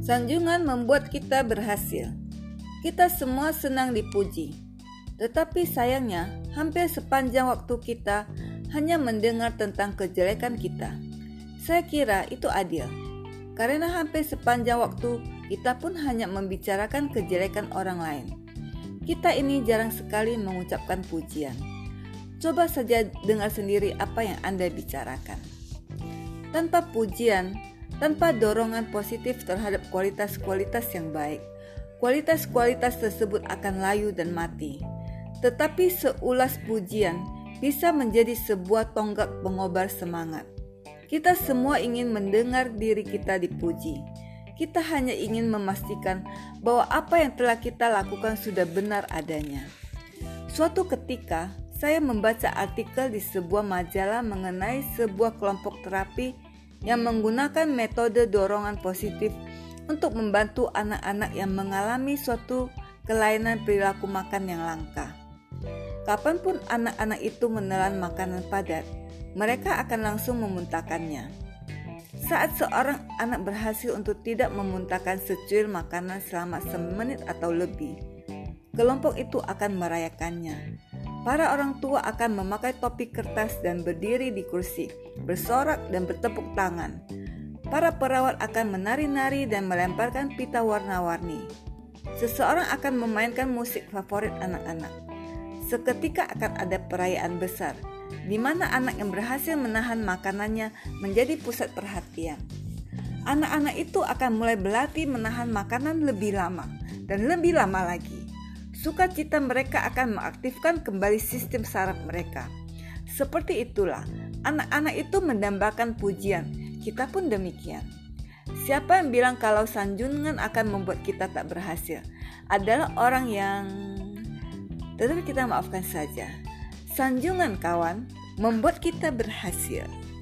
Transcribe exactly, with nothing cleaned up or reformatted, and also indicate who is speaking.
Speaker 1: Sanjungan membuat kita berhasil. Kita semua senang dipuji. Tetapi sayangnya, hampir sepanjang waktu kita hanya mendengar tentang kejelekan kita. Saya kira itu adil. Karena hampir sepanjang waktu kita pun hanya membicarakan kejelekan orang lain. Kita ini jarang sekali mengucapkan pujian. Coba saja dengar sendiri apa yang Anda bicarakan. Tanpa pujian, tanpa dorongan positif terhadap kualitas-kualitas yang baik, kualitas-kualitas tersebut akan layu dan mati. Tetapi seulas pujian bisa menjadi sebuah tonggak pengobar semangat. Kita semua ingin mendengar diri kita dipuji. Kita hanya ingin memastikan bahwa apa yang telah kita lakukan sudah benar adanya. Suatu ketika, saya membaca artikel di sebuah majalah mengenai sebuah kelompok terapi yang menggunakan metode dorongan positif untuk membantu anak-anak yang mengalami suatu kelainan perilaku makan yang langka. Kapanpun anak-anak itu menelan makanan padat, mereka akan langsung memuntahkannya. Saat seorang anak berhasil untuk tidak memuntahkan secuil makanan selama semenit atau lebih, kelompok itu akan merayakannya. Para orang tua akan memakai topi kertas dan berdiri di kursi, bersorak dan bertepuk tangan. Para perawat akan menari-nari dan melemparkan pita warna-warni. Seseorang akan memainkan musik favorit anak-anak. Seketika akan ada perayaan besar, di mana anak yang berhasil menahan makanannya menjadi pusat perhatian. Anak-anak itu akan mulai berlatih menahan makanan lebih lama dan lebih lama lagi. Sukacita mereka akan mengaktifkan kembali sistem saraf mereka. Seperti itulah, anak-anak itu mendambakan pujian. Kita pun demikian. Siapa yang bilang kalau sanjungan akan membuat kita tak berhasil? Adalah orang yang... Tetapi kita maafkan saja. Sanjungan kawan membuat kita berhasil.